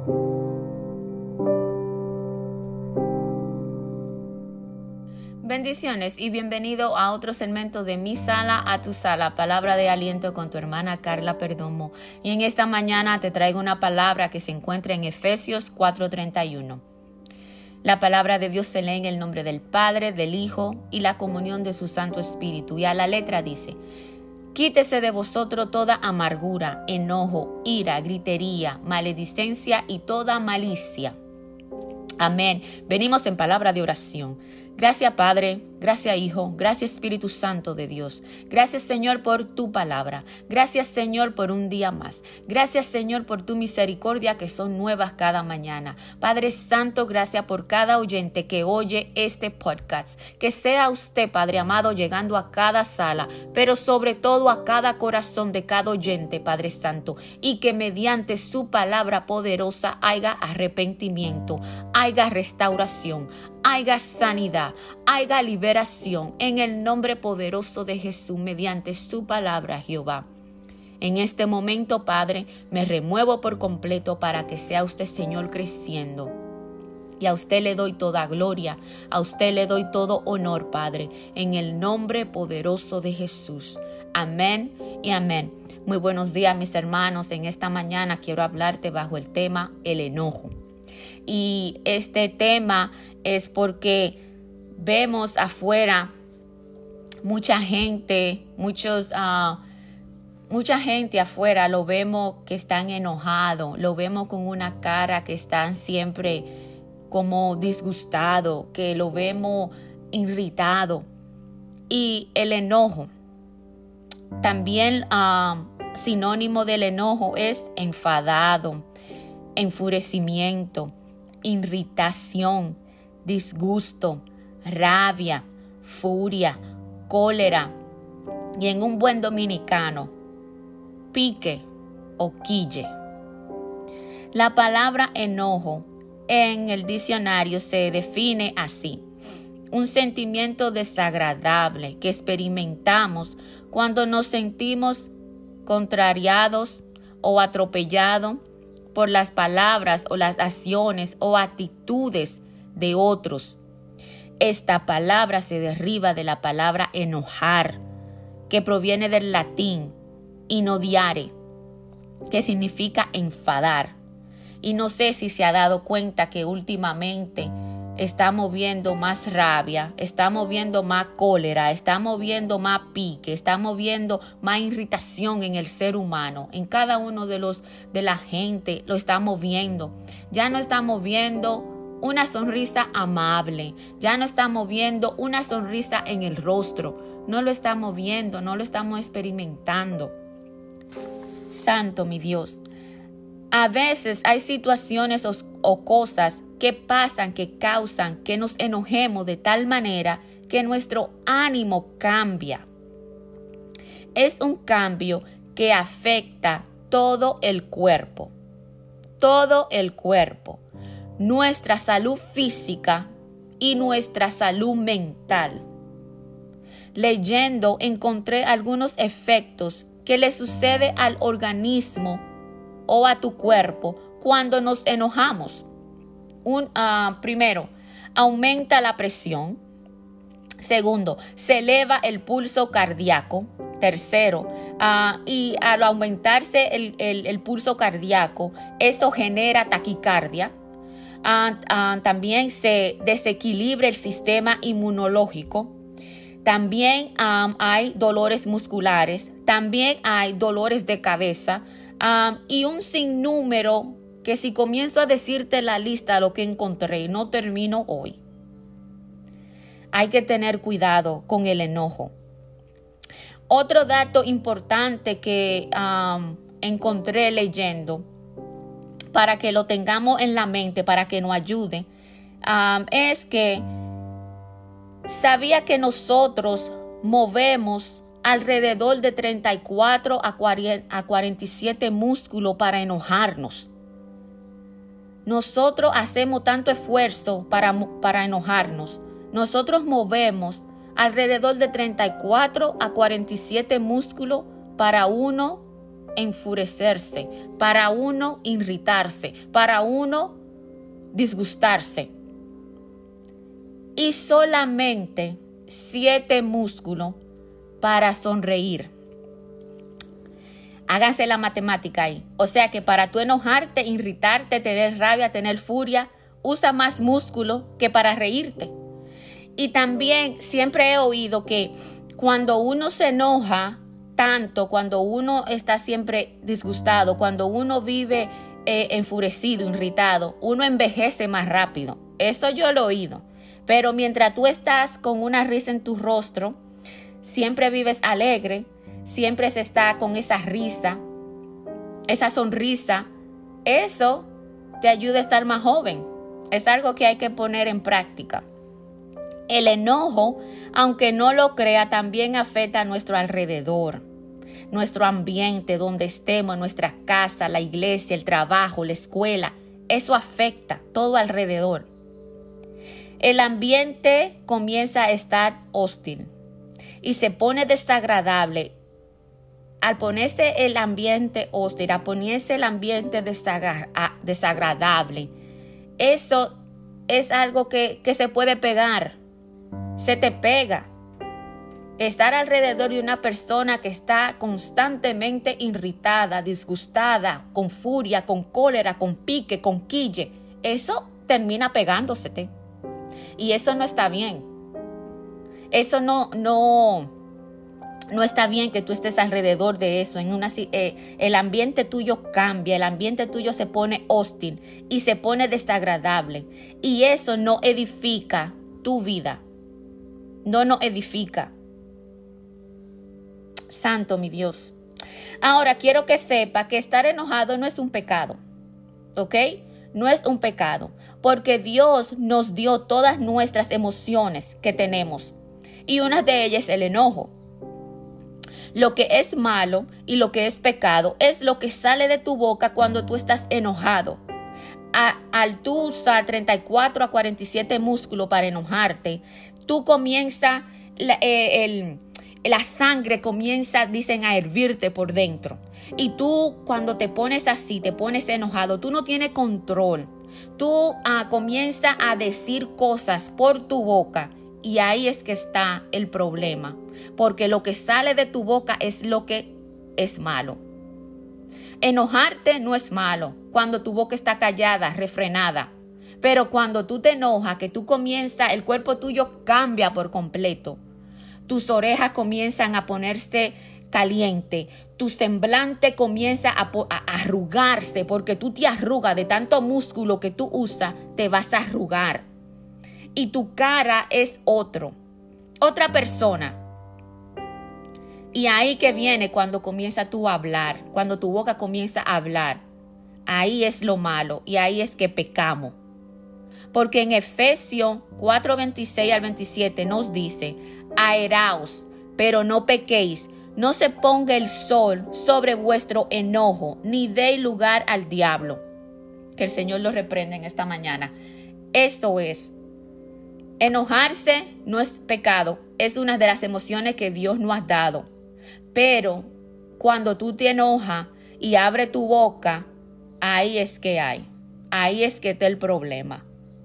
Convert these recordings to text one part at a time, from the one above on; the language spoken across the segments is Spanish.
Bendiciones y bienvenido a otro segmento de Mi Sala a Tu Sala, palabra de aliento con tu hermana Carla Perdomo. Y en esta mañana te traigo una palabra que se encuentra en Efesios 4:31. La palabra de Dios se lee en el nombre del Padre, del Hijo y la comunión de su Santo Espíritu. Y a la letra dice: quítese de vosotros toda amargura, enojo, ira, gritería, maledicencia y toda malicia. Amén. Venimos en palabra de oración. Gracias Padre, gracias Hijo, gracias Espíritu Santo de Dios. Gracias Señor por tu palabra. Gracias Señor por un día más. Gracias Señor por tu misericordia que son nuevas cada mañana. Padre Santo, gracias por cada oyente que oye este podcast. Que sea usted, Padre amado, llegando a cada sala, pero sobre todo a cada corazón de cada oyente, Padre Santo. Y que mediante su palabra poderosa haya arrepentimiento, haya restauración, haya sanidad, haya liberación en el nombre poderoso de Jesús mediante su palabra, Jehová. En este momento, Padre, me remuevo por completo para que sea usted, Señor, creciendo. Y a usted le doy toda gloria, a usted le doy todo honor, Padre, en el nombre poderoso de Jesús. Amén y amén. Muy buenos días, mis hermanos. En esta mañana quiero hablarte bajo el tema el enojo. Y este tema es porque vemos afuera mucha gente afuera, lo vemos que están enojados, lo vemos con una cara que están siempre como disgustado, que lo vemos irritado. Y el enojo, también sinónimo del enojo es enfadado, enfurecimiento, irritación, disgusto, rabia, furia, cólera y en un buen dominicano, pique o quille. La palabra enojo en el diccionario se define así: un sentimiento desagradable que experimentamos cuando nos sentimos contrariados o atropellados por las palabras o las acciones o actitudes de otros. Esta palabra se deriva de la palabra enojar, que proviene del latín inodiare, que significa enfadar. Y no sé si se ha dado cuenta que últimamente estamos viendo más rabia, estamos viendo más cólera, estamos viendo más pique, estamos viendo más irritación en el ser humano, en cada uno de la gente lo estamos viendo. Ya no estamos viendo una sonrisa amable, ya no estamos viendo una sonrisa en el rostro, no lo estamos viendo, no lo estamos experimentando. Santo mi Dios. A veces hay situaciones o cosas que pasan, que causan que nos enojemos de tal manera que nuestro ánimo cambia. Es un cambio que afecta todo el cuerpo. Todo el cuerpo. Nuestra salud física y nuestra salud mental. Leyendo encontré algunos efectos que le sucede al organismo o a tu cuerpo cuando nos enojamos. Primero, aumenta la presión. Segundo, se eleva el pulso cardíaco. Tercero, y al aumentarse el pulso cardíaco, eso genera taquicardia. También se desequilibra el sistema inmunológico. También hay dolores musculares. También hay dolores de cabeza. Y un sinnúmero que si comienzo a decirte la lista de lo que encontré, no termino hoy. Hay que tener cuidado con el enojo. Otro dato importante que encontré leyendo, para que lo tengamos en la mente, para que nos ayude, es que sabía que nosotros movemos alrededor de 34 a 47 músculos para enojarnos. Nosotros hacemos tanto esfuerzo para enojarnos. Nosotros movemos alrededor de 34 a 47 músculos para uno enfurecerse, para uno irritarse, para uno disgustarse. Y solamente 7 músculos para sonreír. Háganse la matemática ahí. O sea que para tú enojarte, irritarte, tener rabia, tener furia, usa más músculo que para reírte. Y también siempre he oído que cuando uno se enoja tanto, cuando uno está siempre disgustado, cuando uno vive enfurecido, irritado, uno envejece más rápido. Eso yo lo he oído. Pero mientras tú estás con una risa en tu rostro, siempre vives alegre, siempre se está con esa risa, esa sonrisa, eso te ayuda a estar más joven. Es algo que hay que poner en práctica. El enojo, aunque no lo crea, también afecta a nuestro alrededor, nuestro ambiente, donde estemos, nuestra casa, la iglesia, el trabajo, la escuela. Eso afecta todo alrededor. El ambiente comienza a estar hostil y se pone desagradable. Al ponerse el ambiente hostil, al ponerse el ambiente desagradable, eso es algo que se puede pegar. Se te pega. Estar alrededor de una persona que está constantemente irritada, disgustada, con furia, con cólera, con pique, con quille, eso termina pegándosete. Y eso no está bien. Eso no está bien que tú estés alrededor de eso. El ambiente tuyo cambia, el ambiente tuyo se pone hostil y se pone desagradable. Y eso no edifica tu vida. No nos edifica. Santo mi Dios. Ahora quiero que sepa que estar enojado no es un pecado. ¿Ok? No es un pecado. Porque Dios nos dio todas nuestras emociones que tenemos. Y una de ellas es el enojo. Lo que es malo y lo que es pecado es lo que sale de tu boca cuando tú estás enojado. Al tú usar 34 a 47 músculos para enojarte, tú comienzas, la sangre comienza, dicen, a hervirte por dentro. Y tú cuando te pones así, te pones enojado, tú no tienes control. Tú comienzas a decir cosas por tu boca. Y ahí es que está el problema, porque lo que sale de tu boca es lo que es malo. Enojarte no es malo cuando tu boca está callada, refrenada, pero cuando tú te enojas, que tú comienzas, el cuerpo tuyo cambia por completo. Tus orejas comienzan a ponerse caliente, tu semblante comienza a arrugarse, porque tú te arrugas de tanto músculo que tú usas, te vas a arrugar. Y tu cara es otra persona. Y ahí que viene cuando comienza tú a hablar, cuando tu boca comienza a hablar. Ahí es lo malo y ahí es que pecamos. Porque en Efesios 4:26 al 27 nos dice: airaos, pero no pequéis, no se ponga el sol sobre vuestro enojo, ni deis lugar al diablo. Que el Señor lo reprenda en esta mañana. Eso es. Enojarse no es pecado, es una de las emociones que Dios nos ha dado. Pero cuando tú te enojas y abres tu boca, ahí es que está el problema.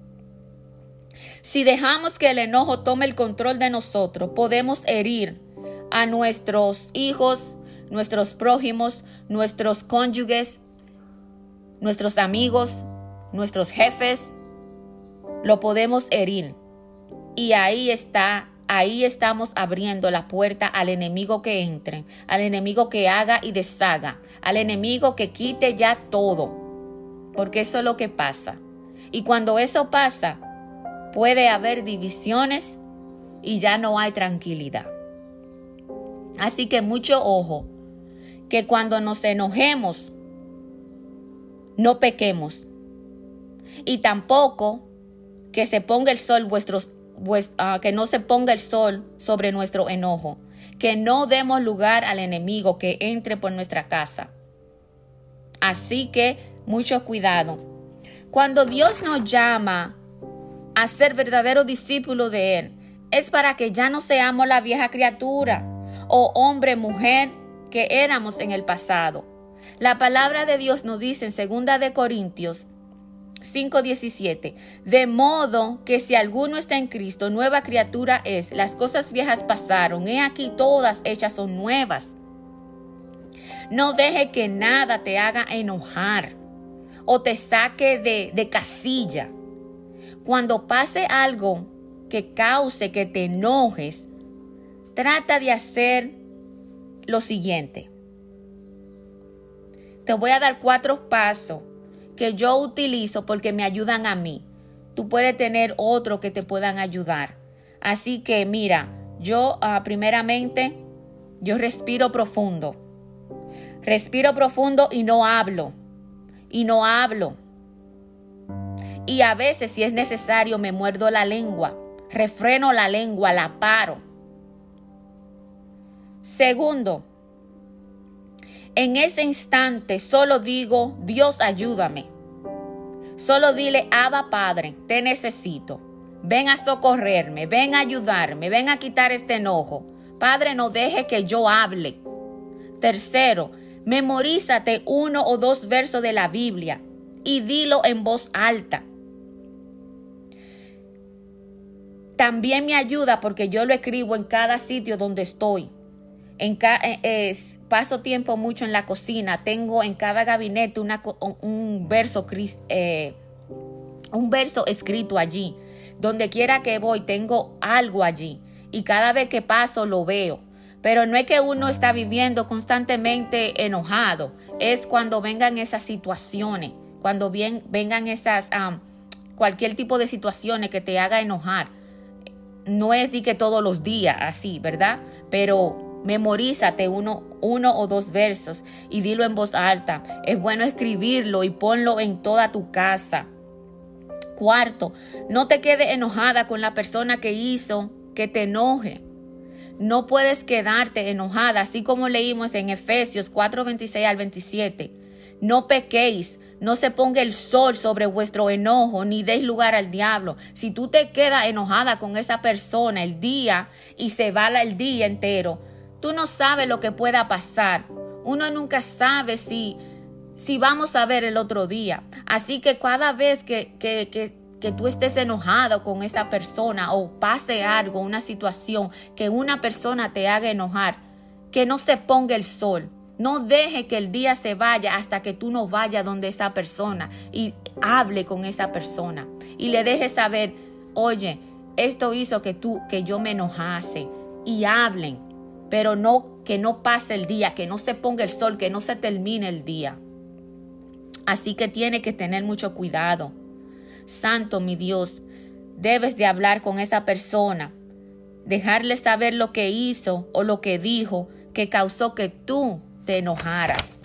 Si dejamos que el enojo tome el control de nosotros, podemos herir a nuestros hijos, nuestros prójimos, nuestros cónyuges, nuestros amigos, nuestros jefes. Lo podemos herir. Y ahí estamos abriendo la puerta al enemigo que entre, al enemigo que haga y deshaga, al enemigo que quite ya todo, porque eso es lo que pasa. Y cuando eso pasa, puede haber divisiones y ya no hay tranquilidad. Así que mucho ojo, que cuando nos enojemos, no pequemos. Y tampoco que se ponga el sol que no se ponga el sol sobre nuestro enojo, que no demos lugar al enemigo que entre por nuestra casa. Así que mucho cuidado. Cuando Dios nos llama a ser verdaderos discípulos de Él, es para que ya no seamos la vieja criatura o hombre, mujer que éramos en el pasado. La palabra de Dios nos dice en 2 de Corintios 5:17, de modo que si alguno está en Cristo, nueva criatura es, las cosas viejas pasaron, he aquí todas hechas son nuevas. No deje que nada te haga enojar o te saque de casilla. Cuando pase algo que cause que te enojes, trata de hacer lo siguiente. Te voy a dar 4 pasos que yo utilizo porque me ayudan a mí. Tú puedes tener otro que te puedan ayudar. Así que mira, yo primeramente, yo respiro profundo. Respiro profundo y no hablo. Y a veces, si es necesario, me muerdo la lengua. Refreno la lengua, la paro. Segundo, en ese instante solo digo, Dios ayúdame. Solo dile, Abba Padre, te necesito. Ven a socorrerme, ven a ayudarme, ven a quitar este enojo. Padre, no deje que yo hable. Tercero, memorízate 1 o 2 versos de la Biblia y dilo en voz alta. También me ayuda porque yo lo escribo en cada sitio donde estoy. Paso tiempo mucho en la cocina. Tengo en cada gabinete un verso escrito allí. Donde quiera que voy tengo algo allí. Y cada vez que paso lo veo. Pero no es que uno está viviendo constantemente enojado. Es cuando vengan esas situaciones. Cuando vengan esas cualquier tipo de situaciones que te haga enojar. No es de que todos los días así, ¿verdad? Pero memorízate uno o 2 versos y dilo en voz alta. Es bueno escribirlo y ponlo en toda tu casa. Cuarto, no te quedes enojada con la persona que hizo que te enoje. No puedes quedarte enojada, así como leímos en Efesios 4:26 al 27. No pequéis, no se ponga el sol sobre vuestro enojo, ni deis lugar al diablo. Si tú te quedas enojada con esa persona el día y se va el día entero, tú no sabes lo que pueda pasar. Uno nunca sabe si vamos a ver el otro día. Así que cada vez que tú estés enojado con esa persona o pase algo, una situación que una persona te haga enojar, que no se ponga el sol. No deje que el día se vaya hasta que tú no vayas donde esa persona y hable con esa persona y le dejes saber, oye, esto hizo que yo me enojase, y hablen, pero no que no pase el día, que no se ponga el sol, que no se termine el día. Así que tiene que tener mucho cuidado. Santo mi Dios, debes de hablar con esa persona, dejarle saber lo que hizo o lo que dijo que causó que tú te enojaras.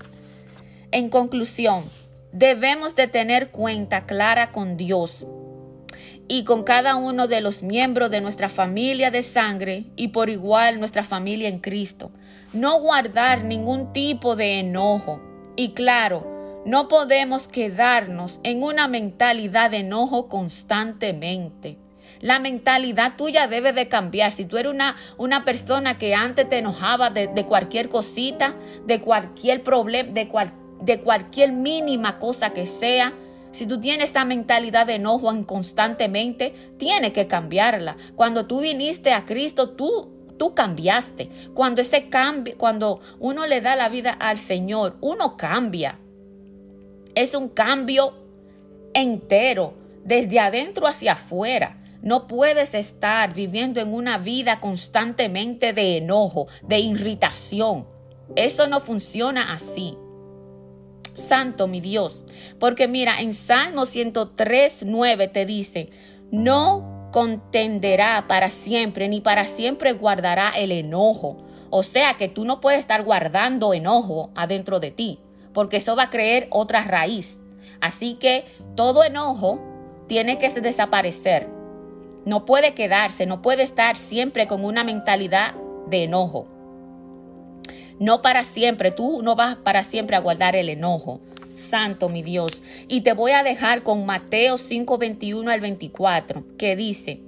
En conclusión, debemos de tener cuenta clara con Dios y con cada uno de los miembros de nuestra familia de sangre y por igual nuestra familia en Cristo. No guardar ningún tipo de enojo. Y claro, no podemos quedarnos en una mentalidad de enojo constantemente. La mentalidad tuya debe de cambiar. Si tú eres una persona que antes te enojaba de cualquier cosita, de cualquier problema, de cualquier mínima cosa que sea, si tú tienes esa mentalidad de enojo constantemente, tienes que cambiarla. Cuando tú viniste a Cristo, tú cambiaste. Cuando uno le da la vida al Señor, uno cambia. Es un cambio entero, desde adentro hacia afuera. No puedes estar viviendo en una vida constantemente de enojo, de irritación. Eso no funciona así. Santo mi Dios. Porque mira, en Salmo 103:9 te dice, no contenderá para siempre, ni para siempre guardará el enojo. O sea que tú no puedes estar guardando enojo adentro de ti, porque eso va a crear otra raíz. Así que todo enojo tiene que desaparecer. No puede quedarse, no puede estar siempre con una mentalidad de enojo. No para siempre, tú no vas para siempre a guardar el enojo. Santo mi Dios. Y te voy a dejar con Mateo 5:21 al 24, que dice,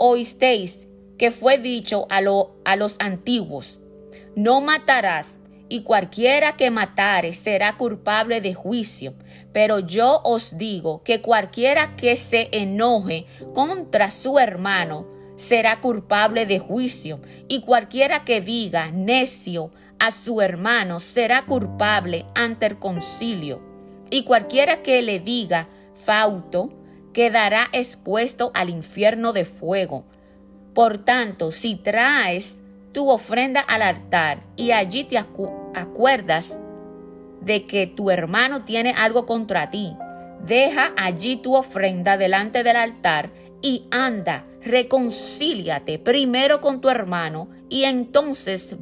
oísteis que fue dicho a los antiguos, no matarás, y cualquiera que matare será culpable de juicio. Pero yo os digo que cualquiera que se enoje contra su hermano será culpable de juicio, y cualquiera que diga necio a su hermano será culpable ante el concilio, y cualquiera que le diga fauto quedará expuesto al infierno de fuego. Por tanto, si traes tu ofrenda al altar y allí te acuerdas de que tu hermano tiene algo contra ti, deja allí tu ofrenda delante del altar y anda, reconcíliate primero con tu hermano y entonces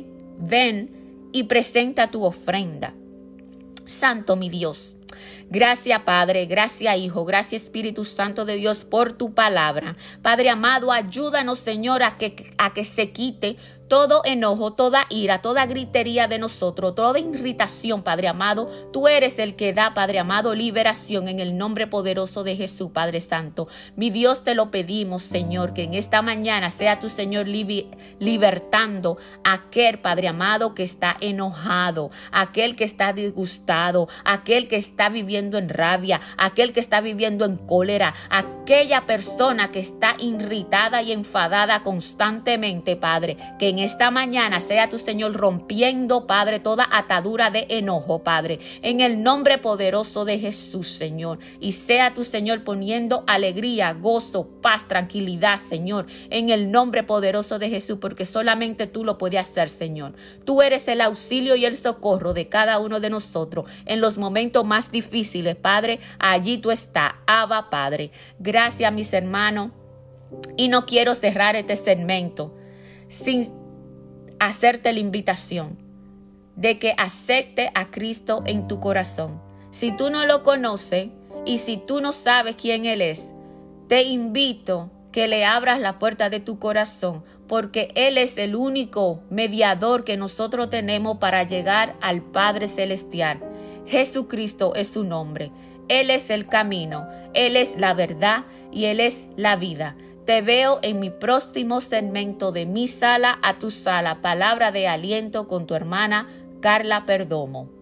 ven y presenta tu ofrenda. Santo mi Dios, gracias Padre, gracias Hijo, gracias Espíritu Santo de Dios por tu palabra. Padre amado, ayúdanos Señor a que se quite todo enojo, toda ira, toda gritería de nosotros, toda irritación, Padre amado. Tú eres el que da, Padre amado, liberación en el nombre poderoso de Jesús, Padre Santo. Mi Dios, te lo pedimos, Señor, que en esta mañana sea tu Señor libertando a aquel, Padre amado, que está enojado, aquel que está disgustado, aquel que está viviendo en rabia, aquel que está viviendo en cólera, aquella persona que está irritada y enfadada constantemente, Padre, que en esta mañana sea tu Señor rompiendo, Padre, toda atadura de enojo, Padre, en el nombre poderoso de Jesús, Señor, y sea tu Señor poniendo alegría, gozo, paz, tranquilidad, Señor, en el nombre poderoso de Jesús, porque solamente tú lo puedes hacer, Señor. Tú eres el auxilio y el socorro de cada uno de nosotros en los momentos más difíciles, Padre. Allí tú estás, Abba, Padre. Gracias, mis hermanos, y no quiero cerrar este segmento sin hacerte la invitación de que acepte a Cristo en tu corazón. Si tú no lo conoces y si tú no sabes quién Él es, te invito que le abras la puerta de tu corazón, porque Él es el único mediador que nosotros tenemos para llegar al Padre Celestial. Jesucristo es su nombre. Él es el camino, Él es la verdad y Él es la vida. Te veo en mi próximo segmento de Mi Sala a Tu Sala, palabra de aliento con tu hermana Carla Perdomo.